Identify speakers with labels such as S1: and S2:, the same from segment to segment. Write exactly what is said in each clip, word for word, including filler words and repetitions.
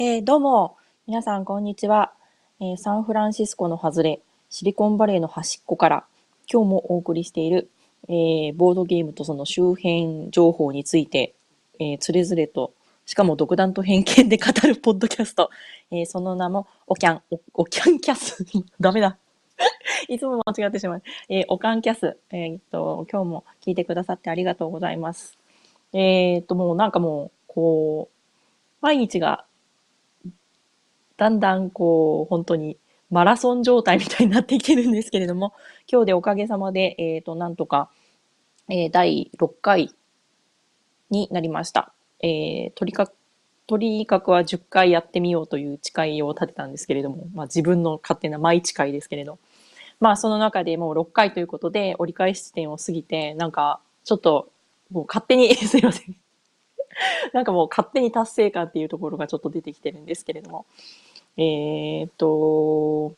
S1: えーどうも、皆さんこんにちは、えーサンフランシスコの外れ、シリコンバレーの端っこから、今日もお送りしている、えーボードゲームとその周辺情報について、えーつれづれと、しかも独断と偏見で語るポッドキャスト、えーその名も、おキャン、お、おキャンキャス。ダメだ。いつも間違ってしまう。えーおかんキャス。えーっと、今日も聞いてくださってありがとうございます。えーっと、もうなんかもう、こう、毎日がだんだんこう、本当にマラソン状態みたいになってきてるんですけれども、今日でおかげさまで、えっと、なんとか、えーだいろっかいになりました。えーとにかく、とにかくはじゅっかいやってみようという誓いを立てたんですけれども、まあ自分の勝手な毎誓いですけれど、まあその中でもうろっかいということで折り返し地点を過ぎて、なんかちょっともう勝手にすいません。なんかもう勝手に達成感っていうところがちょっと出てきてるんですけれども、えーっと、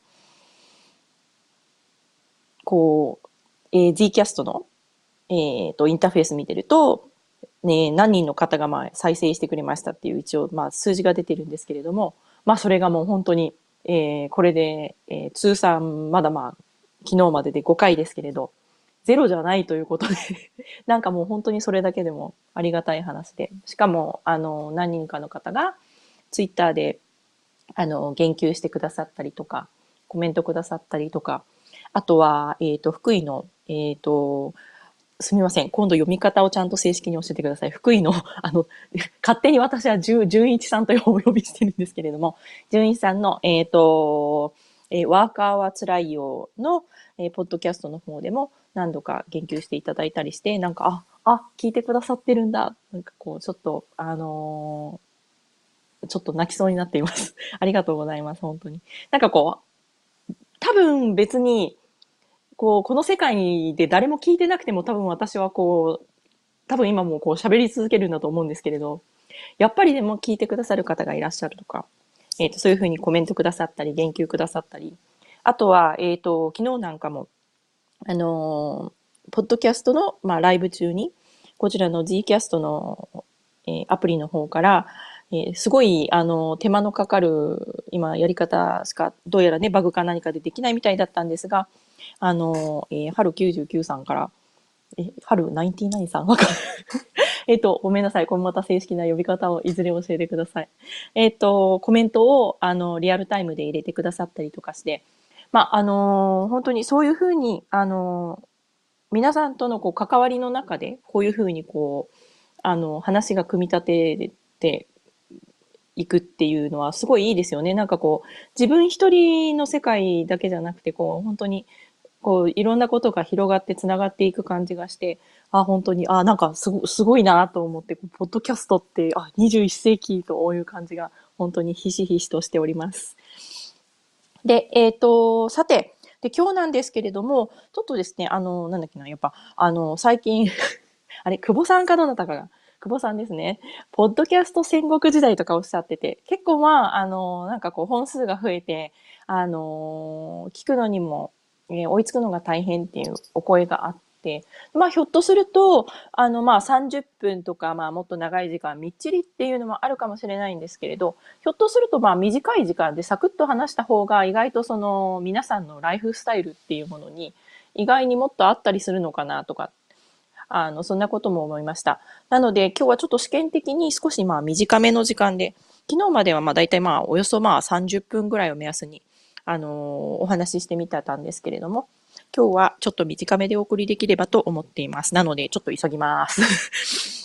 S1: こう、えー、Z キャストの、えー、と、インターフェース見てると、ね、何人の方がまあ再生してくれましたっていう一応まあ数字が出てるんですけれども、まあそれがもう本当に、えー、これで、えー、通算まだまあ昨日まででごかいですけれど、ゼロじゃないということでなんかもう本当にそれだけでもありがたい話で、しかもあの何人かの方がツイッターであの、言及してくださったりとか、コメントくださったりとか、あとは、えっ、と、福井の、えっ、と、すみません。今度読み方をちゃんと正式に教えてください。福井の、あの、勝手に私はじゅ純一さんとお呼びしてるんですけれども、純一さんの、えっ、と、えーワーカーは辛いよの、えーポッドキャストの方でも何度か言及していただいたりして、なんか、あ、あ、聞いてくださってるんだ。なんかこう、ちょっと、あのーちょっと泣きそうになっています。ありがとうございます、本当に。なんかこう、多分別に、こう、この世界で誰も聞いてなくても多分私はこう、多分今もこう喋り続けるんだと思うんですけれど、やっぱりでも聞いてくださる方がいらっしゃるとか、えっ、と、そういうふうにコメントくださったり、言及くださったり、あとは、えっ、と、昨日なんかも、あのーポッドキャストの、まあ、ライブ中に、こちらの Z キャストの、えーアプリの方から、えーすごい、あの、手間のかかる、今、やり方しか、どうやらね、バグか何かでできないみたいだったんですが、あの、えー、春きゅうじゅうきゅうさんから、え、春ナインティナインさんわかるえっと、ごめんなさい。これまた正式な呼び方をいずれ教えてください。えっと、コメントを、あの、リアルタイムで入れてくださったりとかして、まあ、あのー本当にそういうふうに、あのー皆さんとのこう関わりの中で、こういうふうにこう、あの、話が組み立てていくっていうのはすごいいいですよね。なんかこう、自分一人の世界だけじゃなくて、こう、本当に、こう、いろんなことが広がってつながっていく感じがして、あ、本当に、あ、なんかすご、すごいなと思って、ポッドキャストって、あ、にじゅういっ世紀という感じが、本当にひしひしとしております。で、えっ、と、さて、で、今日なんですけれども、ちょっとですね、あの、なんだっけな、やっぱ、あの、最近あれ、久保さんかどなたかが、久保さんですね。ポッドキャスト戦国時代とかおっしゃってて、結構まあ、あの、なんかこう本数が増えて、あの、聞くのにも、えー追いつくのが大変っていうお声があって、まあひょっとすると、あのまあさんじゅっぷんとか、まあもっと長い時間みっちりっていうのもあるかもしれないんですけれど、ひょっとするとまあ短い時間でサクッと話した方が意外とその皆さんのライフスタイルっていうものに意外にもっとあったりするのかなとかあの、そんなことも思いました。なので、今日はちょっと試験的に少しまあ短めの時間で、昨日まではまあ大体まあおよそまあさんじゅっぷんぐらいを目安に、あのーお話ししてみてたんですけれども、今日はちょっと短めでお送りできればと思っています。なので、ちょっと急ぎます。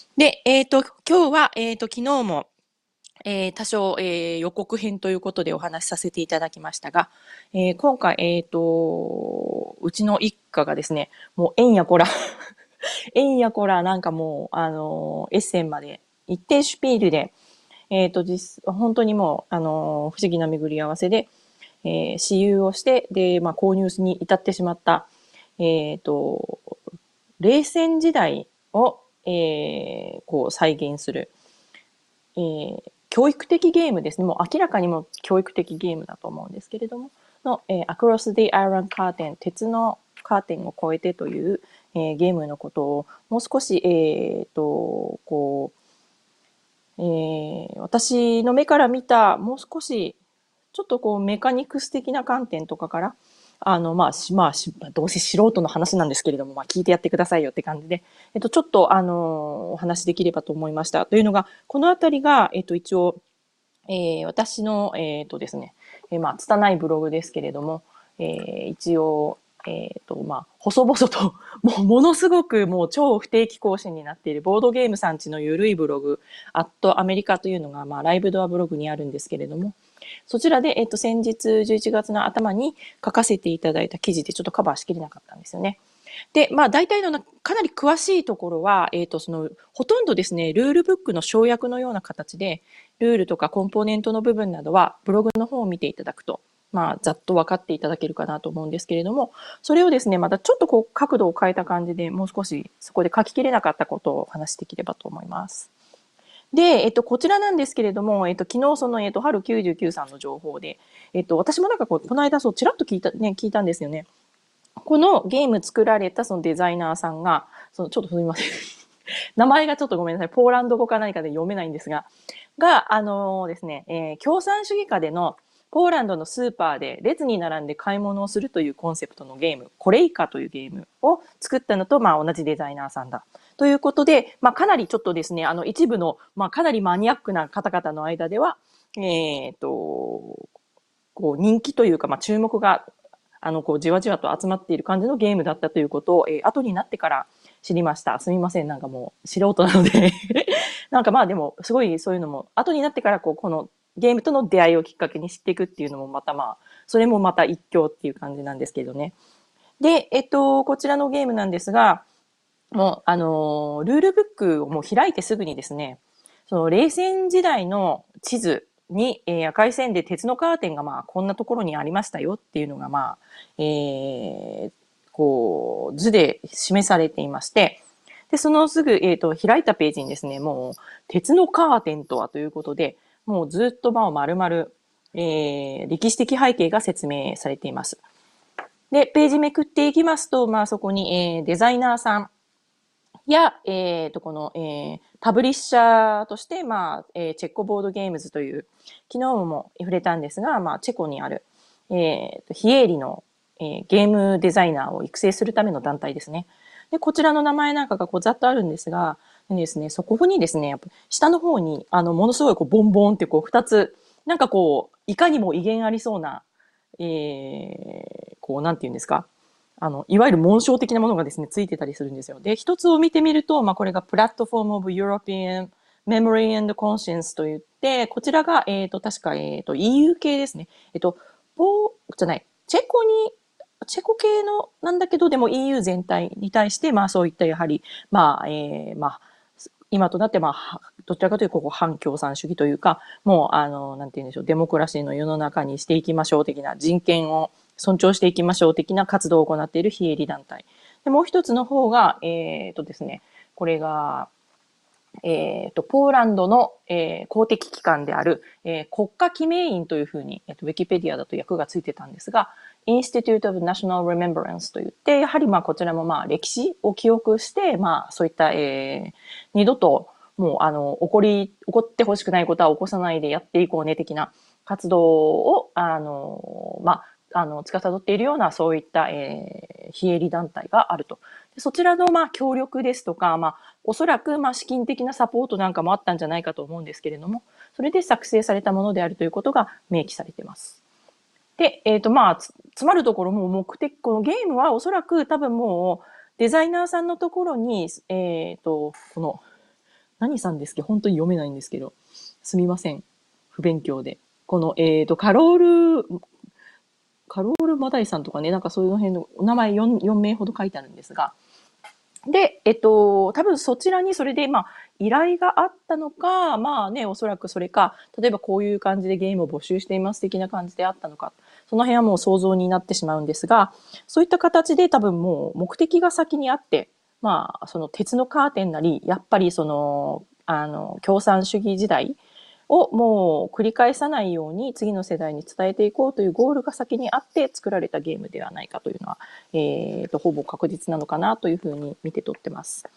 S1: で、えっ、と、今日は、えっ、と、昨日も、えー多少、えー予告編ということでお話しさせていただきましたが、えー今回、えっ、と、うちの一家がですね、もう、えんやこらえんやこら、なんかもう、あの、エッセンまで一定シュピールで、えっ、と、実、本当にもう、あの、不思議な巡り合わせで、えー、私有をして、で、まあ、購入に至ってしまった、えっ、と、冷戦時代を、えー、こう再現する、えー、教育的ゲームですね。もう明らかにも教育的ゲームだと思うんですけれども、の、えー、Across the Iron Curtain、鉄のカーテンを越えてという、えーゲームのことをもう少し、えー、と、こう、 えー、私の目から見た、もう少し、ちょっとこう、メカニクス的な観点とかから、あの、まあ、し、まあ、しどうせ素人の話なんですけれども、まあ、聞いてやってくださいよって感じで、えっと、ちょっと、あの、お話しできればと思いました。というのが、このあたりが、えっと、一応、えー、私の、えっとですね、えー、まあ、拙いブログですけれども、えー、一応、えっと、まあ、細々と、もう、ものすごくもう超不定期更新になっているボードゲームさんちのゆるいブログ、アットアメリカというのが、まあ、ライブドアブログにあるんですけれども、そちらで、えっと、先日じゅういちがつの頭に書かせていただいた記事でちょっとカバーしきれなかったんですよね。で、まあ、大体のなかなり詳しいところは、えっと、その、ほとんどですね、ルールブックの省略のような形で、ルールとかコンポーネントの部分などは、ブログの方を見ていただくと、まあ、ざっと分かっていただけるかなと思うんですけれども、それをですね、またちょっとこう、角度を変えた感じで、もう少しそこで書ききれなかったことをお話しできればと思います。で、えっと、こちらなんですけれども、えっと、昨日その、えっと、春きゅうじゅうきゅうさんの情報で、えっと、私もなんかこう、この間そう、ちらっと聞いた、ね、聞いたんですよね。このゲーム作られたそのデザイナーさんが、その、ちょっとすみません。名前がちょっとごめんなさい。ポーランド語か何かで読めないんですが、が、あのですね、えー共産主義下でのポーランドのスーパーで列に並んで買い物をするというコンセプトのゲーム、コレイカというゲームを作ったのと、まあ同じデザイナーさんだ。ということで、まあかなりちょっとですね、あの一部の、まあかなりマニアックな方々の間では、えっ、と、こう人気というか、まあ注目が、あの、こうじわじわと集まっている感じのゲームだったということを、えー後になってから知りました。すみません。なんかもう素人なのでなんかまあでも、すごいそういうのも、後になってからこう、このゲームとの出会いをきっかけに知っていくっていうのもまたまあ、それもまた一興っていう感じなんですけどね。で、えっと、こちらのゲームなんですが、もう、あのールールブックをもう開いてすぐにですね、その冷戦時代の地図に、えー赤い線で鉄のカーテンがまあこんなところにありましたよっていうのがまあ、えーこう図で示されていまして、で、そのすぐ、えっと、開いたページにですね、もう鉄のカーテンとはということで、もうずっとまあ丸々、えー歴史的背景が説明されています。で、ページめくっていきますと、まあそこに、えーデザイナーさん、や、えっと、この、えーパブリッシャーとして、まあ、えーチェコボードゲームズという、昨日も触れたんですが、まあ、チェコにある、えーと、非営利の、えーゲームデザイナーを育成するための団体ですね。で、こちらの名前なんかがこうざっとあるんですが、でですね、そこにですね、やっぱ下の方に、あの、ものすごいこう、ボンボンってこう、二つ、なんかこう、いかにも威厳ありそうな、えー、こう、なんて言うんですか。あの、いわゆる紋章的なものがですね、ついてたりするんですよ。で、一つを見てみると、まあ、これがプラットフォームオブ European Memory and Conscience といって、こちらが、えっ、と、確か、えっ、と、イーユー 系ですね。えっ、と、ポー、じゃない、チェコに、チェコ系のなんだけど、でも イーユー 全体に対して、まあそういったやはり、まあ、えー、まあ、今となって、まあ、どちらかというと、ここ反共産主義というか、もう、あの、なんて言うんでしょう、デモクラシーの世の中にしていきましょう的な、人権を尊重していきましょう的な活動を行っている非営利団体。で、もう一つの方が、えっ、とですね、これが、えっ、と、ポーランドの、えー公的機関である、えー国家記名院というふうに、えっ、と、ウィキペディアだと訳がついてたんですが、Institute of National Remembrance といって、やはりまあこちらもまあ歴史を記憶して、まあそういった、えー二度ともうあの、起こり、起こってほしくないことは起こさないでやっていこうね的な活動を、あの、まあ、あの、司っているようなそういった、えー非営利団体があると。そちらの、まあ、協力ですとか、まあ、おそらく、まあ、資金的なサポートなんかもあったんじゃないかと思うんですけれども、それで作成されたものであるということが明記されています。で、えっ、と、まあ、つ、つまるところも目的、このゲームはおそらく多分もう、デザイナーさんのところに、えっ、と、この、何さんですっけ本当に読めないんですけど、すみません。不勉強で。この、えっ、と、カロール、カロール・マダイさんとかね、なんかそういうの辺のお名前 4, よん名ほど書いてあるんですが、で、えっと、多分そちらにそれで、まあ、依頼があったのか、まあね、おそらくそれか、例えばこういう感じでゲームを募集しています的な感じであったのか、その辺はもう想像になってしまうんですが、そういった形で多分もう目的が先にあって、まあ、その鉄のカーテンなり、やっぱりその、あの、共産主義時代をもう繰り返さないように次の世代に伝えていこうというゴールが先にあって作られたゲームではないかというのは、えーと、ほぼ確実なのかなというふうに見て取ってます。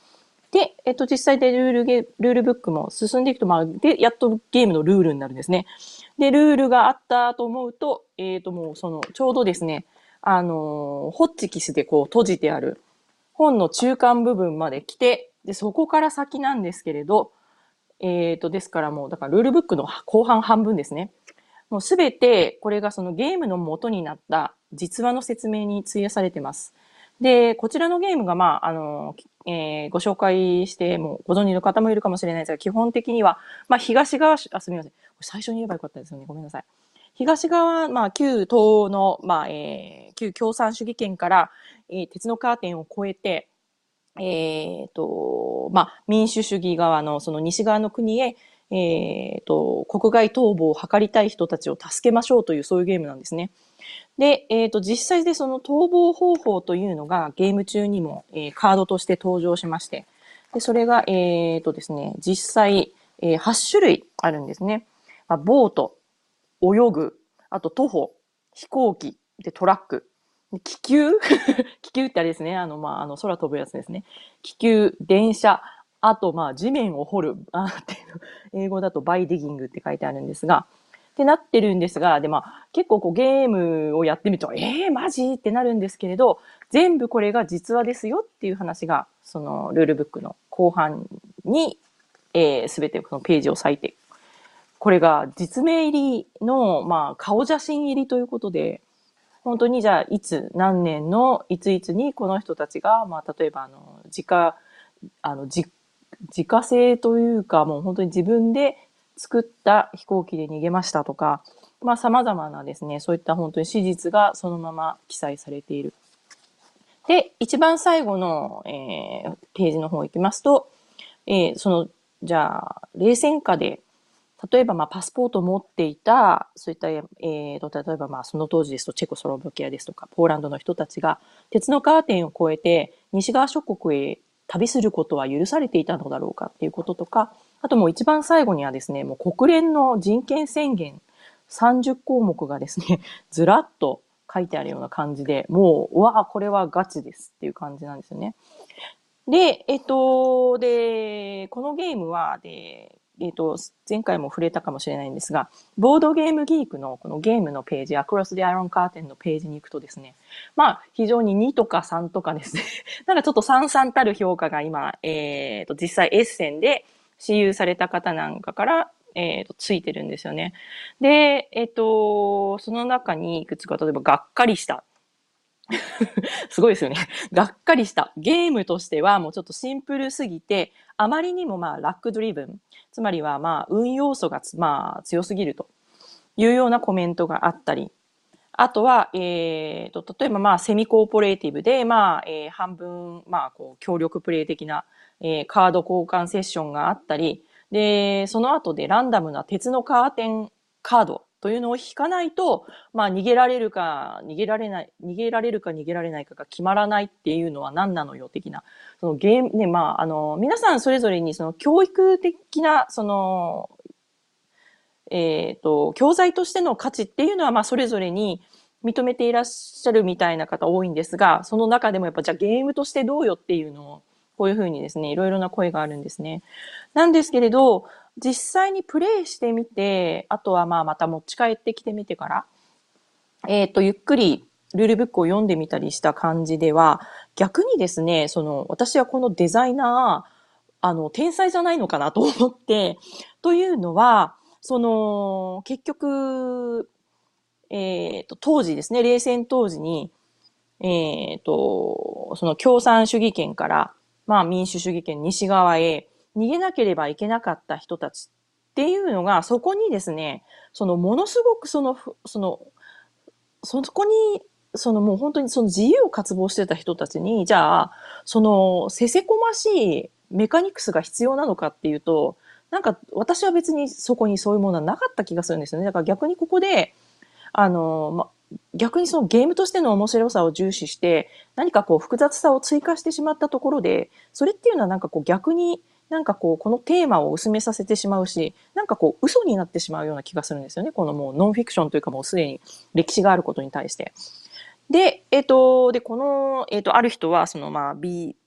S1: で、えっと、実際でルールゲ、ルールブックも進んでいくと、まあ、で、やっとゲームのルールになるんですね。で、ルールがあったと思うと、えっと、もうその、ちょうどですね、あのーホッチキスでこう閉じてある本の中間部分まで来て、で、そこから先なんですけれど、えっと、ですからもう、だからルールブックの後半半分ですね。もうすべて、これがそのゲームの元になった実話の説明に費やされてます。で、こちらのゲームが、まあ、あの、えーご紹介してもご存知の方もいるかもしれないですが、基本的には、まあ、東側、あ、すみません。最初に言えばよかったですよね。ごめんなさい。東側、まあ、旧東の、まあ、えー旧共産主義圏から、えー鉄のカーテンを越えて、えっと、まあ、民主主義側の、その西側の国へ、えっと、国外逃亡を図りたい人たちを助けましょうという、そういうゲームなんですね。で、えっと、実際でその逃亡方法というのがゲーム中にも、えーカードとして登場しまして、で、それが、えっとですね、実際、えーはち種類あるんですね。まあ、ボート、泳ぐ、あと徒歩、飛行機、で、トラック、気球気球ってあれですね。あの、まあ、あの、空飛ぶやつですね。気球、電車、あと、まあ、地面を掘る、あっていうの、英語だとバイディギングって書いてあるんですが、ってなってるんですが、で、まあ、結構こうゲームをやってみると、えー、マジってなるんですけれど、全部これが実話ですよっていう話が、そのルールブックの後半に、えー、すべてこのページを割いて、これが実名入りの、まあ、顔写真入りということで、本当にじゃあ、いつ、何年の、いついつにこの人たちが、まあ、例えば、あの、自家、あの、自、自家製というか、もう本当に自分で作った飛行機で逃げましたとか、まあ、様々なですね、そういった本当に史実がそのまま記載されている。で、一番最後の、えーページの方行きますと、えーその、じゃあ、冷戦下で、例えば、まあ、パスポートを持っていた、そういった、えーと、例えば、まあ、その当時ですと、チェコスロバキアですとか、ポーランドの人たちが、鉄のカーテンを越えて、西側諸国へ旅することは許されていたのだろうかっていうこととか、あともう一番最後にはですね、もう国連の人権宣言さんじゅっこうもくがですね、ずらっと書いてあるような感じで、もう、うわあ、これはガチですっていう感じなんですよね。で、えっと、で、このゲームは、で、えっと、前回も触れたかもしれないんですが、ボードゲームギークのこのゲームのページ、Across the Iron Curtain のページに行くとですね、まあ、非常ににとかさんとかですね、なんかちょっとさんさんたる評価が今、えっと、実際エッセンで私有された方なんかから、えっと、ついてるんですよね。で、えっと、その中にいくつか、例えば、がっかりしたすごいですよね。がっかりした。ゲームとしてはもうちょっとシンプルすぎて、あまりにもまあラックドリブン。つまりはまあ運要素がまあ強すぎるというようなコメントがあったり。あとは、えー、と、例えばまあセミコーポレーティブで、まあ、えー半分、まあこう協力プレイ的な、えーカード交換セッションがあったり、で、その後でランダムな鉄のカーテンカードというのを引かないと、まあ逃げられるか、逃げられない、逃げられるか逃げられないかが決まらないっていうのは何なのよ的な、そのゲームね、まああの、皆さんそれぞれにその教育的な、その、えっと、教材としての価値っていうのは、まあ、それぞれに認めていらっしゃるみたいな方多いんですが、その中でもやっぱ、じゃあゲームとしてどうよっていうのを、こういうふうにですね、いろいろな声があるんですね。なんですけれど、実際にプレイしてみて、あとはまあ、また持ち帰ってきてみてから、えっと、ゆっくりルールブックを読んでみたりした感じでは、逆にですね、その、私はこのデザイナー、あの、天才じゃないのかなと思って、というのは、その、結局、えっと、当時ですね、冷戦当時に、えっと、その共産主義圏から、まあ民主主義圏西側へ逃げなければいけなかった人たちっていうのが、そこにですね、そのものすごくその、その、そこに、そのもう本当にその自由を渇望してた人たちに、じゃあ、そのせせこましいメカニクスが必要なのかっていうと、なんか私は別にそこにそういうものはなかった気がするんですよね。だから逆にここで、あの、ま、逆にそのゲームとしての面白さを重視して、何かこう複雑さを追加してしまったところで、それっていうのはなんかこう逆になんかこうこのテーマを薄めさせてしまうし、なんかこう嘘になってしまうような気がするんですよね。このもうノンフィクションというかもうすでに歴史があることに対して。で、えっ、と、で、この、えっ、と、ある人は、その、まあ、B、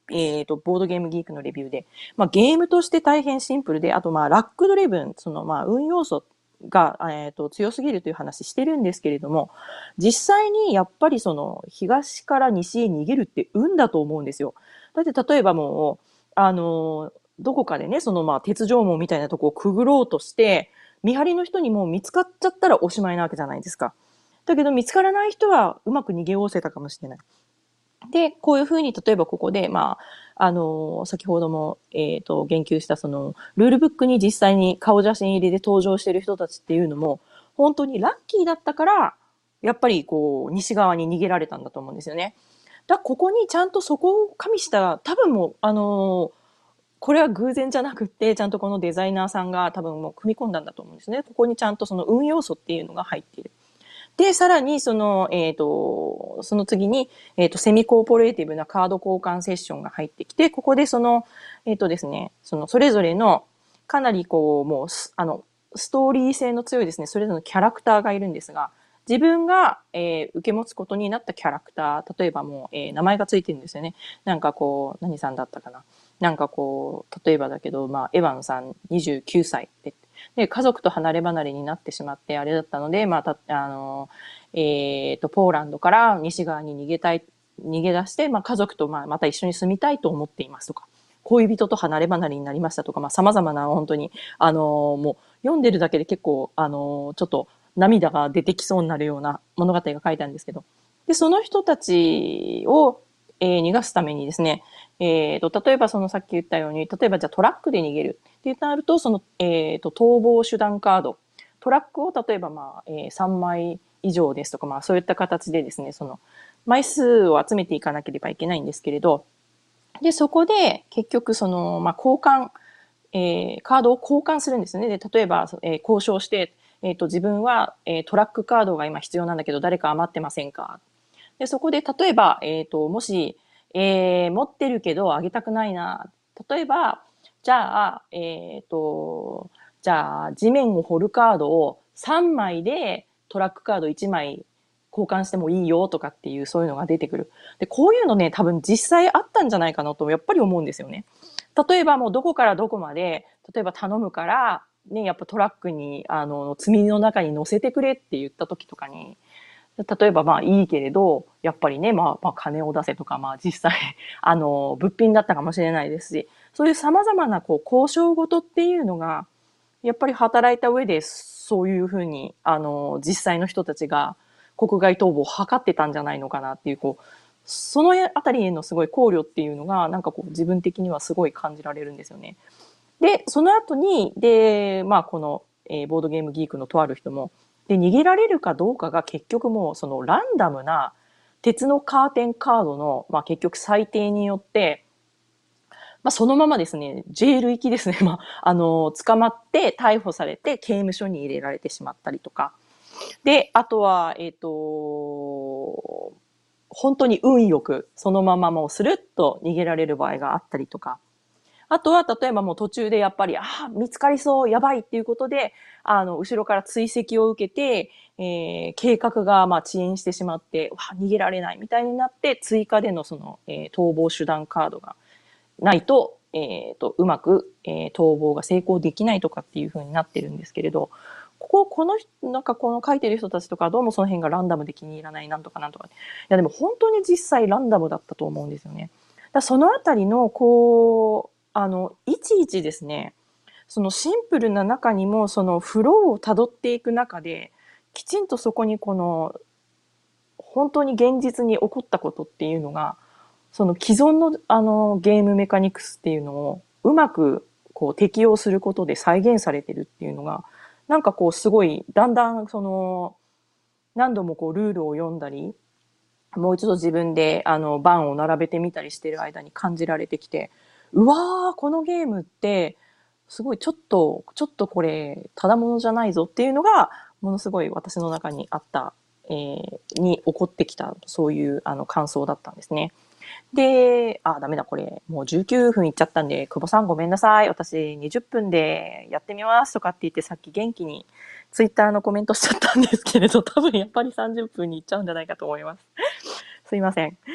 S1: えっと、ボードゲームギークのレビューで、まあ、ゲームとして大変シンプルで、あと、まあ、ラックドリブン、その、まあ、運要素が、えっと、強すぎるという話してるんですけれども、実際にやっぱりその、東から西へ逃げるって運だと思うんですよ。だって、例えばもう、あの、どこかでね、その、まあ、鉄条網みたいなとこをくぐろうとして、見張りの人にもう見つかっちゃったらおしまいなわけじゃないですか。だけど、見つからない人はうまく逃げおおせたかもしれない。で、こういうふうに、例えばここで、まあ、あの、先ほども、えっと、言及したその、ルールブックに実際に顔写真入りで登場している人たちっていうのも、本当にラッキーだったから、やっぱりこう、西側に逃げられたんだと思うんですよね。だからここにちゃんとそこを加味した、多分もう、あの、これは偶然じゃなくって、ちゃんとこのデザイナーさんが多分もう組み込んだんだと思うんですね。ここにちゃんとその運要素っていうのが入っている。で、さらに、その、えっ、と、その次に、えっ、と、セミコーポレーティブなカード交換セッションが入ってきて、ここでその、えっ、とですね、その、それぞれの、かなりこう、もう、あの、ストーリー性の強いですね、それぞれのキャラクターがいるんですが、自分が、えー受け持つことになったキャラクター、例えばもう、えー名前がついてるんですよね。なんかこう、何さんだったかな。なんかこう、例えばだけど、まあ、エヴァンさんにじゅうきゅうさいで、で、家族と離れ離れになってしまって、あれだったので、まあ、た、あの、えっと、ポーランドから西側に逃げたい、逃げ出して、まあ、家族と、まあ、また一緒に住みたいと思っていますとか、恋人と離れ離れになりましたとか、まあ、様々な、本当に、あの、もう、読んでるだけで結構、あの、ちょっと、涙が出てきそうになるような物語が書いてあるんですけど、で、その人たちを、えー逃がすためにですね、えっと、例えばそのさっき言ったように、例えばじゃあトラックで逃げるってなると、その、えっと、逃亡手段カード、トラックを例えばまあ、えーさんまい以上ですとか、まあそういった形でですね、その、枚数を集めていかなければいけないんですけれど、で、そこで結局その、まあ交換、えーカードを交換するんですね。で、例えば、えー交渉して、えっと、自分は、えートラックカードが今必要なんだけど、誰か余ってませんか？で、そこで、例えば、えっと、もし、えー持ってるけどあげたくないな。例えば、じゃあ、えっと、じゃあ、地面を掘るカードをさんまいでトラックカードいちまい交換してもいいよとかっていう、そういうのが出てくる。で、こういうのね、多分実際あったんじゃないかなと、やっぱり思うんですよね。例えばもうどこからどこまで、例えば頼むから、ね、やっぱトラックに、あの、積み荷の中に乗せてくれって言った時とかに、例えばまあいいけれど、やっぱりね、まあ、まあ金を出せとか、まあ実際、あの、物品だったかもしれないですし、そういう様々なこう交渉事っていうのが、やっぱり働いた上で、そういうふうに、あの、実際の人たちが国外逃亡を図ってたんじゃないのかなっていう、こう、そのあたりへのすごい考慮っていうのが、なんかこう自分的にはすごい感じられるんですよね。で、その後に、で、まあこの、えーボードゲームギークのとある人も、で、逃げられるかどうかが結局もうそのランダムな鉄のカーテンカードの、まあ結局裁定によって、まあそのままですね、ジェール行きですね、まあ、あの、捕まって逮捕されて刑務所に入れられてしまったりとか。で、あとは、えっ、と、本当に運よくそのままもうスルッと逃げられる場合があったりとか。あとは、例えばもう途中でやっぱり、ああ、見つかりそう、やばいっていうことで、あの、後ろから追跡を受けて、えー計画がまあ遅延してしまって、わ逃げられないみたいになって、追加でのその、えー逃亡手段カードがないと、えっ、と、うまく、えー逃亡が成功できないとかっていう風になってるんですけれど、ここ、この人、なんかこの書いてる人たちとかどうもその辺がランダムで気に入らないなんとかなんとか。いやでも本当に実際ランダムだったと思うんですよね。だそのあたりの、こう、あの、いちいちですね、そのシンプルな中にも、そのフローを辿っていく中で、きちんとそこにこの、本当に現実に起こったことっていうのが、その既存のあのゲームメカニクスっていうのをうまくこう適用することで再現されてるっていうのが、なんかこうすごい、だんだんその、何度もこうルールを読んだり、もう一度自分であの番を並べてみたりしてる間に感じられてきて、うわー、このゲームって、すごいちょっと、ちょっとこれ、ただものじゃないぞっていうのが、ものすごい私の中にあった、えー、に起こってきた、そういうあの感想だったんですね。で、あ、ダメだ、これ、もうじゅうきゅうふんいっちゃったんで、久保さんごめんなさい。私にじゅっぷんでやってみますとかって言ってさっき元気にツイッターのコメントしちゃったんですけれど、多分やっぱりさんじゅっぷんにいっちゃうんじゃないかと思います。すいません。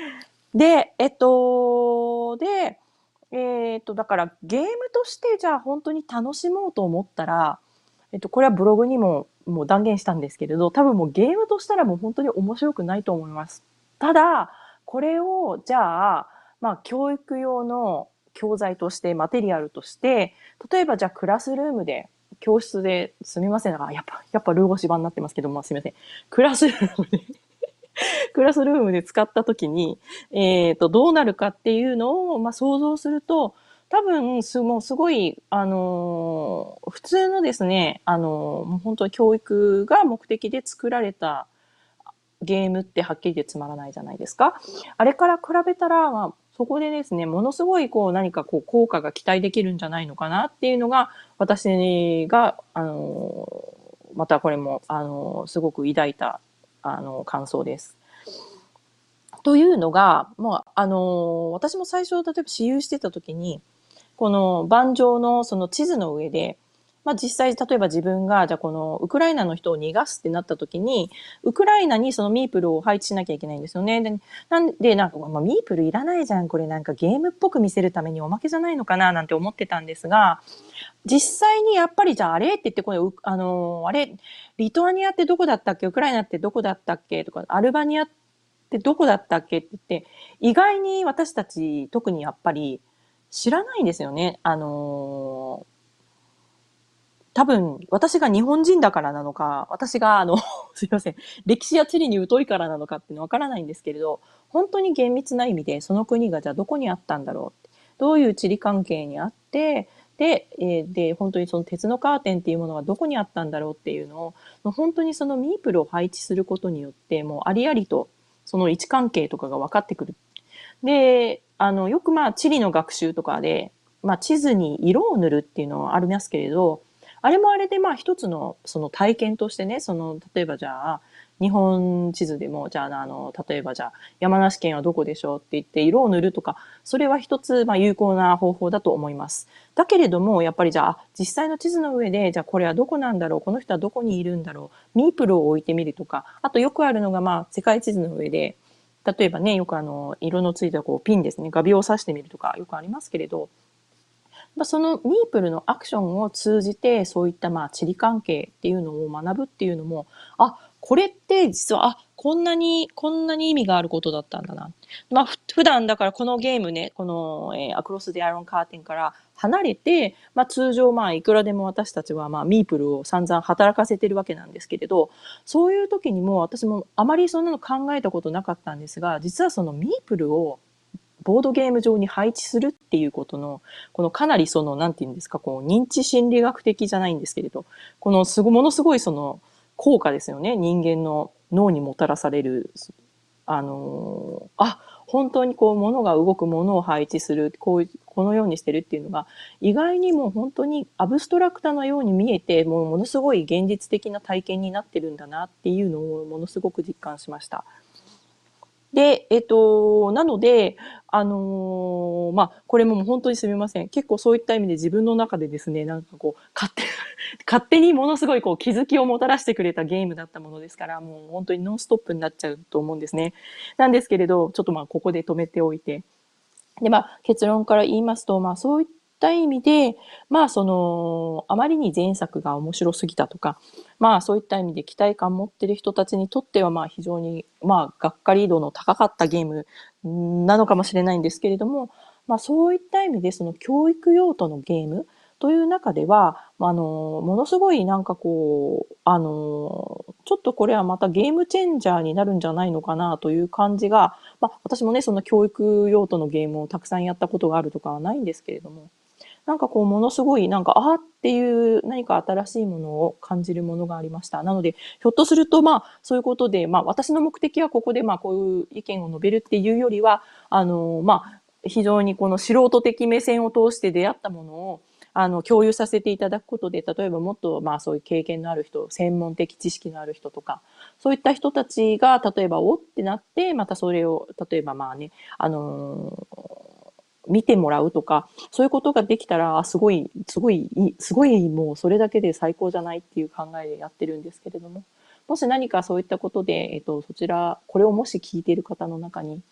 S1: で、えっと、で、えっと、だからゲームとしてじゃあ本当に楽しもうと思ったら、えっと、これはブログにももう断言したんですけれど、多分もうゲームとしたらもう本当に面白くないと思います。ただ、これをじゃあ、まあ教育用の教材として、マテリアルとして、例えばじゃあクラスルームで、教室ですみません。やっぱ、やっぱルーゴ芝になってますけども、すみません。クラスルームでクラスルームで使った時に、えっ、と、どうなるかっていうのを、まあ、想像すると、多分、す、もうすごい、あのー普通のですね、あのーもう本当に教育が目的で作られたゲームってはっきり言ってつまらないじゃないですか。あれから比べたら、まあ、そこでですね、ものすごいこう何かこう効果が期待できるんじゃないのかなっていうのが、私が、あのーまたこれも、あのーすごく抱いた、あのー感想です。というのが、もう、あの、私も最初、例えば私有してた時に、この盤上のその地図の上で、まあ実際、例えば自分が、じゃあこのウクライナの人を逃がすってなった時に、ウクライナにそのミープルを配置しなきゃいけないんですよね。で、なんで、なんか、まあ、ミープルいらないじゃん。これなんかゲームっぽく見せるためにおまけじゃないのかななんて思ってたんですが、実際にやっぱりじゃああれって言って、これ、あの、あれ、リトアニアってどこだったっけウクライナってどこだったっけとか、アルバニアってどこだったっけって言って、意外に私たち、特にやっぱり知らないんですよね。あのー多分、私が日本人だからなのか、私が、あの、すいません、歴史や地理に疎いからなのかっていうのはわからないんですけれど、本当に厳密な意味で、その国がじゃあどこにあったんだろうって、どういう地理関係にあって、で、えーで、本当にその鉄のカーテンっていうものがどこにあったんだろうっていうのを、本当にそのミープルを配置することによって、もうありありと、その位置関係とかが分かってくる。で、あの、よくまあ地理の学習とかで、まあ地図に色を塗るっていうのはありますけれど、あれもあれでまあ一つのその体験としてね、その、例えばじゃあ、日本地図でも、じゃあ、あの、例えばじゃあ、山梨県はどこでしょうって言って色を塗るとか、それは一つ、まあ有効な方法だと思います。だけれども、やっぱりじゃあ、実際の地図の上で、じゃあこれはどこなんだろう、この人はどこにいるんだろう、ミープルを置いてみるとか、あとよくあるのがまあ、世界地図の上で、例えばね、よくあの、色のついたこうピンですね、画鋲を刺してみるとかよくありますけれど、まあ、そのミープルのアクションを通じて、そういったまあ地理関係っていうのを学ぶっていうのも、あ、これって実は、あ、こんなに、こんなに意味があることだったんだな。まあ、ふ普段だからこのゲームね、この、えーアクロス・ディ・アイロン・カーテンから離れて、まあ通常まあいくらでも私たちはまあミープルを散々働かせてるわけなんですけれど、そういう時にも私もあまりそんなの考えたことなかったんですが、実はそのミープルをボードゲーム上に配置するっていうことの、このかなりその、なんて言うんですか、こう、認知心理学的じゃないんですけれど、このすご、ものすごいその、効果ですよね。人間の脳にもたらされる、あのーあ、本当にこう、物が動くものを配置する、こういう、このようにしてるっていうのが、意外にもう本当にアブストラクタのように見えて、もうものすごい現実的な体験になってるんだなっていうのをものすごく実感しました。で、えっと、なので、あのーまあ、これも本当にすみません。結構そういった意味で自分の中でですね、なんかこう、勝手、勝手にものすごいこう気づきをもたらしてくれたゲームだったものですから、もう本当にノンストップになっちゃうと思うんですね。なんですけれど、ちょっとまあここで止めておいて、で、まあ、結論から言いますと、まあ、そういった意味で、まあ、その、あまりに前作が面白すぎたとか、まあ、そういった意味で期待感を持っている人たちにとっては、まあ、非常に、まあ、がっかり度の高かったゲームなのかもしれないんですけれども、まあ、そういった意味で、その教育用途のゲームという中では、あの、ものすごいなんかこう、あの、ちょっとこれはまたゲームチェンジャーになるんじゃないのかなという感じが、まあ、私もね、その教育用途のゲームをたくさんやったことがあるとかはないんですけれども、なんかこう、ものすごい、なんか、あーっていう何か新しいものを感じるものがありました。なので、ひょっとすると、まあ、そういうことで、まあ、私の目的はここで、まあ、こういう意見を述べるっていうよりは、あの、まあ、非常にこの素人的目線を通して出会ったものを、あの、共有させていただくことで、例えばもっと、まあ、そういう経験のある人、専門的知識のある人とか、そういった人たちが、例えば、おってなって、またそれを、例えばまあね、あの見てもらうとか、そういうことができたら、すごい、すごい、すごい、もうそれだけで最高じゃないっていう考えでやってるんですけれども、もし何かそういったことで、えっと、そちら、これをもし聞いている方の中に、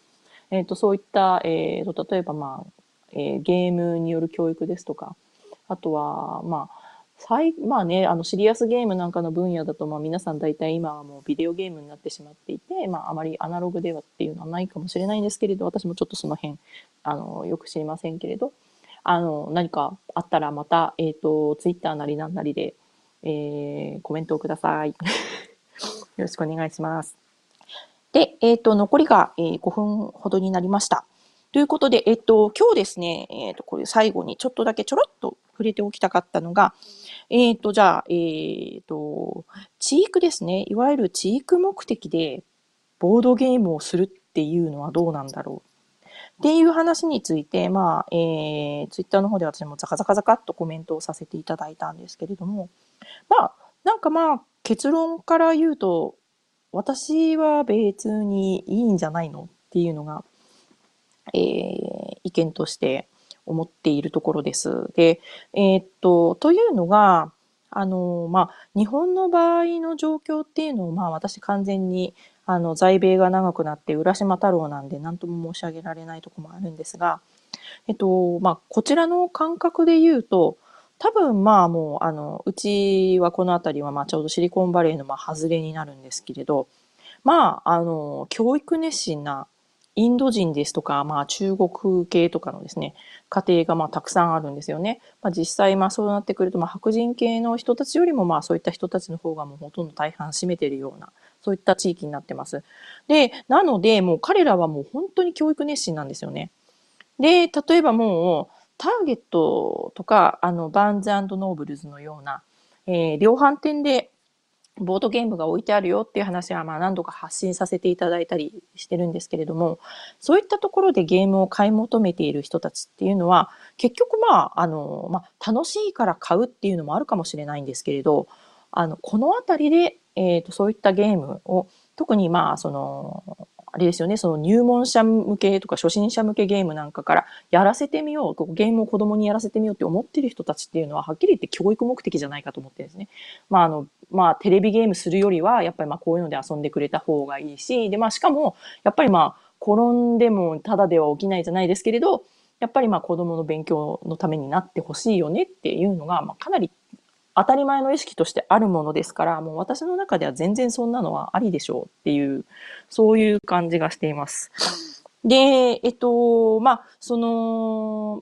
S1: えっと、そういった、えっと、例えば、まあ、えーゲームによる教育ですとか、あとは、まあ、最、まあね、あの、シリアスゲームなんかの分野だと、まあ皆さん大体今はもうビデオゲームになってしまっていて、まああまりアナログではっていうのはないかもしれないんですけれど、私もちょっとその辺、あの、よく知りませんけれど、あの、何かあったらまた、えっと、ツイッターなりなんなりで、えーコメントをください。よろしくお願いします。で、えっと、残りが、えーごふんほどになりました。ということで、えっと、今日ですね、えっと、これ最後にちょっとだけちょろっと触れておきたかったのが、えっと、じゃあ、えっと、チークですね。いわゆるチーク目的でボードゲームをするっていうのはどうなんだろうっていう話について、まあ、えー、ツイッターの方で私もザカザカザカっとコメントをさせていただいたんですけれども、まあ、なんかまあ、結論から言うと、私は別にいいんじゃないのっていうのが、えー意見として思っているところです。で、えーっと、というのが、あの、まあ、日本の場合の状況っていうのを、まあ、私完全に、あの、在米が長くなって浦島太郎なんで何とも申し上げられないところもあるんですが、えっと、まあ、こちらの感覚で言うと、多分まあもう、あの、うちはこの辺りはまあちょうどシリコンバレーのまあ外れになるんですけれど、まあ、あの、教育熱心なインド人ですとか、まあ中国系とかのですね、家庭がまあたくさんあるんですよね。まあ実際まあそうなってくると、まあ白人系の人たちよりもまあそういった人たちの方がもうほとんど大半占めているような、そういった地域になってます。で、なのでもう彼らはもう本当に教育熱心なんですよね。で、例えばもう、ターゲットとか、あの、バーンズノーブルズのような、えー量販店でボードゲームが置いてあるよっていう話は、まあ何度か発信させていただいたりしてるんですけれども、そういったところでゲームを買い求めている人たちっていうのは、結局まあ、あの、まあ楽しいから買うっていうのもあるかもしれないんですけれど、あの、このあたりで、えっと、そういったゲームを、特にまあ、その、あれですよね、その入門者向けとか初心者向けゲームなんかからやらせてみよう、こうゲームを子供にやらせてみようって思ってる人たちっていうのは、はっきり言って教育目的じゃないかと思ってるんですね。まあ、あの、まあ、テレビゲームするよりは、やっぱりまあ、こういうので遊んでくれた方がいいし、で、まあ、しかも、やっぱりまあ、転んでもただでは起きないじゃないですけれど、やっぱりまあ、子供の勉強のためになってほしいよねっていうのが、まあ、かなり当たり前の意識としてあるものですから、もう私の中では全然そんなのはありでしょうっていう、そういう感じがしています。で、えっと、まあ、その、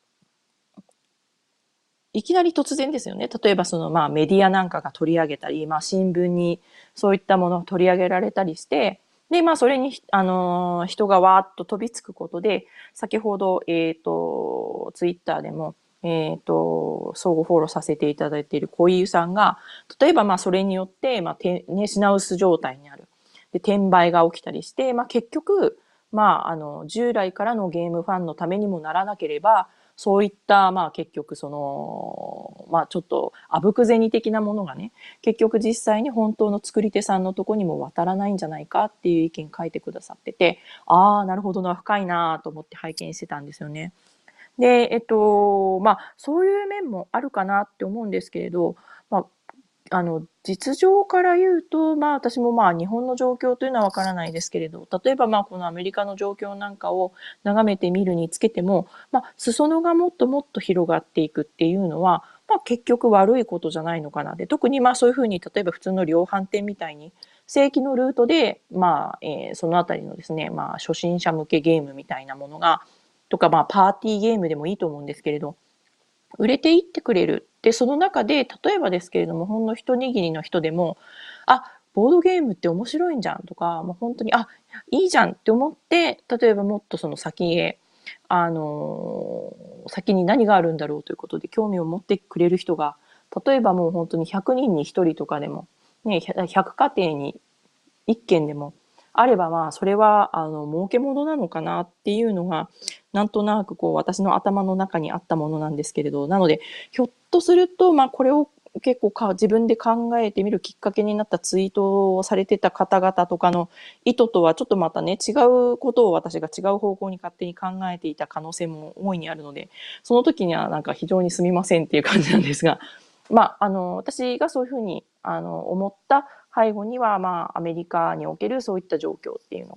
S1: いきなり突然ですよね。例えばそのまあメディアなんかが取り上げたり、まあ新聞にそういったものを取り上げられたりして、で、まあそれに、あのー人がわーっと飛びつくことで、先ほど、えっと、ツイッターでも、えっと、相互フォローさせていただいている小井さんが、例えばまあそれによって、まあ、てね、品薄状態にある。で、転売が起きたりして、まあ結局、まあ、あの、従来からのゲームファンのためにもならなければ、そういった、まあ結局その、まあちょっとあぶく銭的なものがね、結局実際に本当の作り手さんのとこにも渡らないんじゃないかっていう意見書いてくださってて、ああ、なるほどな、深いなと思って拝見してたんですよね。で、えっと、まあそういう面もあるかなって思うんですけれど、まああの、実情から言うと、まあ私もまあ日本の状況というのはわからないですけれど、例えばまあこのアメリカの状況なんかを眺めてみるにつけても、まあ裾野がもっともっと広がっていくっていうのは、まあ結局悪いことじゃないのかな。で、特にまあそういうふうに、例えば普通の量販店みたいに、正規のルートで、まあ、えーそのあたりのですね、まあ初心者向けゲームみたいなものが、とかまあパーティーゲームでもいいと思うんですけれど、売れていってくれる。で、その中で、例えばですけれども、ほんの一握りの人でも、あ、ボードゲームって面白いんじゃんとか、もう本当に、あ、いいじゃんって思って、例えばもっとその先へ、あのー先に何があるんだろうということで興味を持ってくれる人が、例えばもう本当にひゃくにんにひとりとかでも、ね、ひゃく家庭に一件でもあれば、まあ、それは、あの、儲けものなのかなっていうのが、なんとなくこう、私の頭の中にあったものなんですけれど、なので、ひょっとすると、まあ、これを結構か自分で考えてみるきっかけになったツイートをされてた方々とかの意図とはちょっとまたね、違うことを私が違う方向に勝手に考えていた可能性も大いにあるので、その時にはなんか非常にすみませんっていう感じなんですが、まあ、あの、私がそういうふうに、あの、思った背後には、まあ、アメリカにおけるそういった状況っていうのが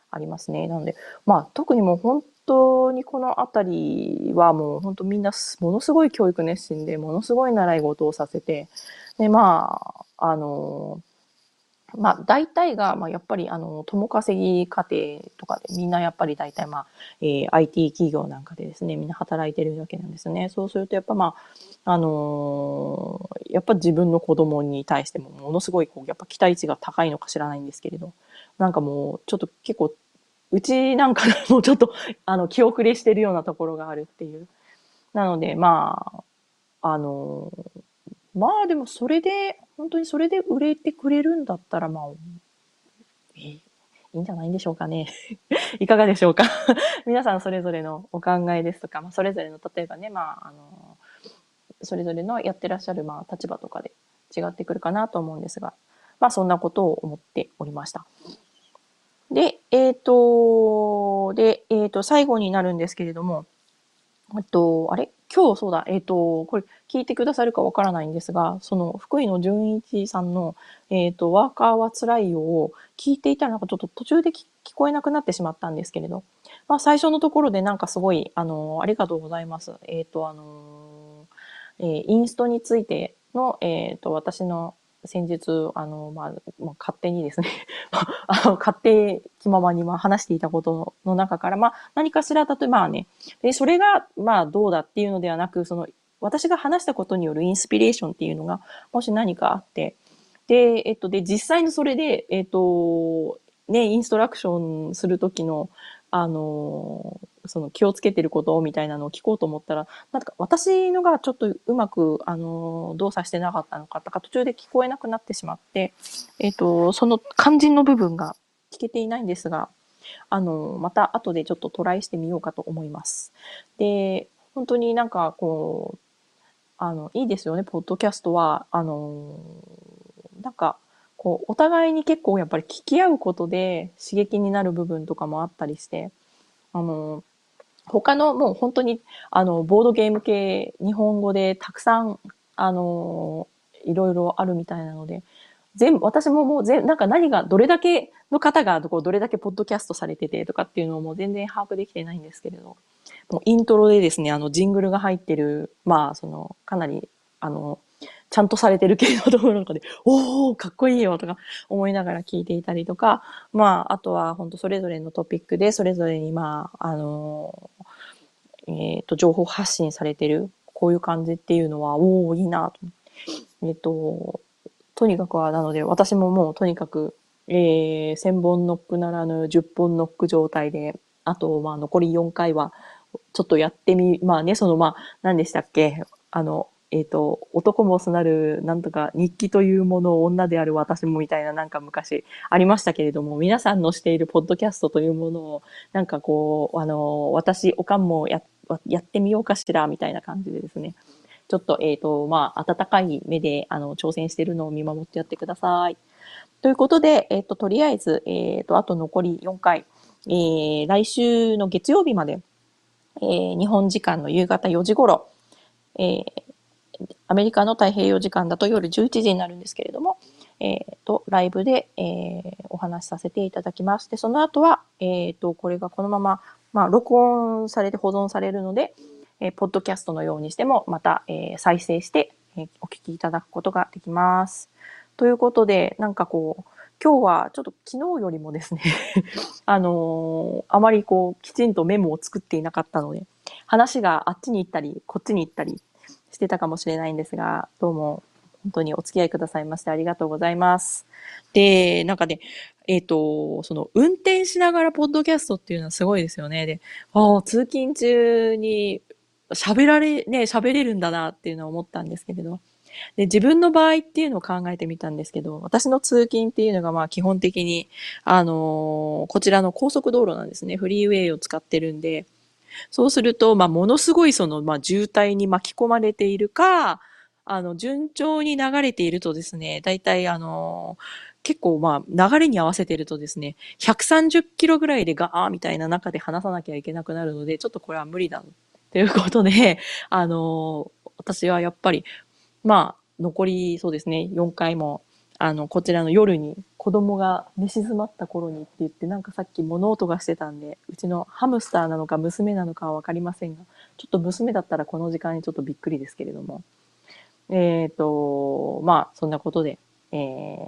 S1: ありますね。なので、まあ、特にもう本当にこのあたりはもう本当みんなものすごい教育熱心で、ものすごい習い事をさせて、で、まあ、あの、まあ、大体が、まあ、やっぱり、あの、共稼ぎ家庭とかで、みんなやっぱり大体、まあ、えー、アイティー 企業なんかでですね、みんな働いてるわけなんですね。そうすると、やっぱまあ、あのーやっぱ自分の子供に対しても、ものすごい、こう、やっぱ期待値が高いのか知らないんですけれど、なんかもう、ちょっと結構、うちなんかもうちょっと、あの、気遅れしてるようなところがあるっていう。なので、まあ、あのーまあでもそれで、本当にそれで売れてくれるんだったら、まあ、えいいんじゃないんでしょうかね。いかがでしょうか。皆さんそれぞれのお考えですとか、まあ、それぞれの、例えばね、まあ、あの、それぞれのやってらっしゃる、まあ、立場とかで違ってくるかなと思うんですが、まあ、そんなことを思っておりました。で、えっ、と、で、えっ、と、最後になるんですけれども、えっと、あれ今日そうだ、えっと、これ聞いてくださるかわからないんですが、その福井の純一さんの、えっと、ワーカーは辛いよを聞いていたらなんかちょっと途中で聞聞こえなくなってしまったんですけれど、まあ最初のところでなんかすごい、あの、ありがとうございます。えっと、あの、えーインストについての、えっと、私の先日、あの、まあ、まあ、勝手にですねあの、勝手気ままにまあ話していたことの中から、まあ、何かしら、例えばまあね、で、それが、まあ、どうだっていうのではなく、その、私が話したことによるインスピレーションっていうのが、もし何かあって、で、えっと、で、実際にそれで、えっと、ね、インストラクションするときの、あの、その気をつけてることみたいなのを聞こうと思ったら、なんか私のがちょっとうまく、あの、動作してなかったのかとか、途中で聞こえなくなってしまって、えっと、その肝心の部分が聞けていないんですが、あの、また後でちょっとトライしてみようかと思います。で、本当になんかこう、あの、いいですよね、ポッドキャストは。あの、なんか、こう、お互いに結構やっぱり聞き合うことで刺激になる部分とかもあったりして、あの、他のもう本当に、あの、ボードゲーム系、日本語でたくさん、あの、いろいろあるみたいなので、全部、私ももう全、なんか何が、どれだけの方が、こう、どれだけポッドキャストされててとかっていうのをもう全然把握できてないんですけれど、もうイントロでですね、あの、ジングルが入ってる、まあ、その、かなり、あの、ちゃんとされてる系のところとかで、おー、かっこいいよとか思いながら聞いていたりとか、まあ、あとは本当それぞれのトピックで、それぞれに、まあ、あの、えっと、情報発信されてる、こういう感じっていうのは、おー、いいなと。えっと、とにかくは、なので、私ももうとにかく、えー、千本ノックならぬ十本ノック状態で、あと、まあ、残りよんかいは、ちょっとやってみ、まあね、その、まあ、何でしたっけあの、えっ、と、男もすなる、なんとか、日記というものを女である私もみたいな、なんか昔ありましたけれども、皆さんのしているポッドキャストというものを、なんかこう、あの、私、おかんもや、やってみようかしら、みたいな感じでですね。ちょっと、えっ、と、まあ、温かい目で、あの、挑戦しているのを見守ってやってください。ということで、えっ、と、とりあえず、えっ、と、あと残りよんかい、えー、来週の月曜日まで、えー、日本時間の夕方よじ頃、えー、アメリカの太平洋時間だと夜じゅういちじになるんですけれども、えっ、と、ライブで、えー、お話しさせていただきます。で、その後は、えっ、と、これがこのまま、まあ、録音されて保存されるので、えー、ポッドキャストのようにしても、また、えー、再生して、えー、お聞きいただくことができます。ということで、なんかこう、今日はちょっと昨日よりもですねあのーあまりこう、きちんとメモを作っていなかったので、話があっちに行ったり、こっちに行ったりしてたかもしれないんですが、どうも本当にお付き合いくださいましてありがとうございます。で、なんかね、えっ、と、その運転しながらポッドキャストっていうのはすごいですよね。で、ああ、通勤中に喋られ、ね、喋れるんだなっていうのは思ったんですけれど。で、自分の場合っていうのを考えてみたんですけど、私の通勤っていうのがまあ基本的に、あのーこちらの高速道路なんですね。フリーウェイを使ってるんで、そうすると、まあ、ものすごいその、まあ、渋滞に巻き込まれているか、あの、順調に流れているとですね、だいたいあの、結構まあ、流れに合わせているとですね、ひゃくさんじゅっキロぐらいでガーみたいな中で話さなきゃいけなくなるので、ちょっとこれは無理だ。ということで、あの、私はやっぱり、まあ、残りそうですね、よんかいもあの、こちらの夜に子供が寝静まった頃にって言って、なんかさっき物音がしてたんで、うちのハムスターなのか娘なのかはわかりませんが、ちょっと娘だったらこの時間にちょっとびっくりですけれども。えっと、まあ、そんなことで、えー、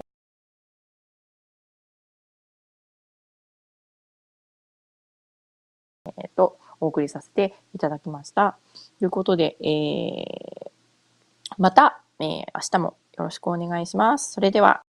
S1: えっと、お送りさせていただきました。ということで、えー、また、えー、明日もよろしくお願いします。それでは。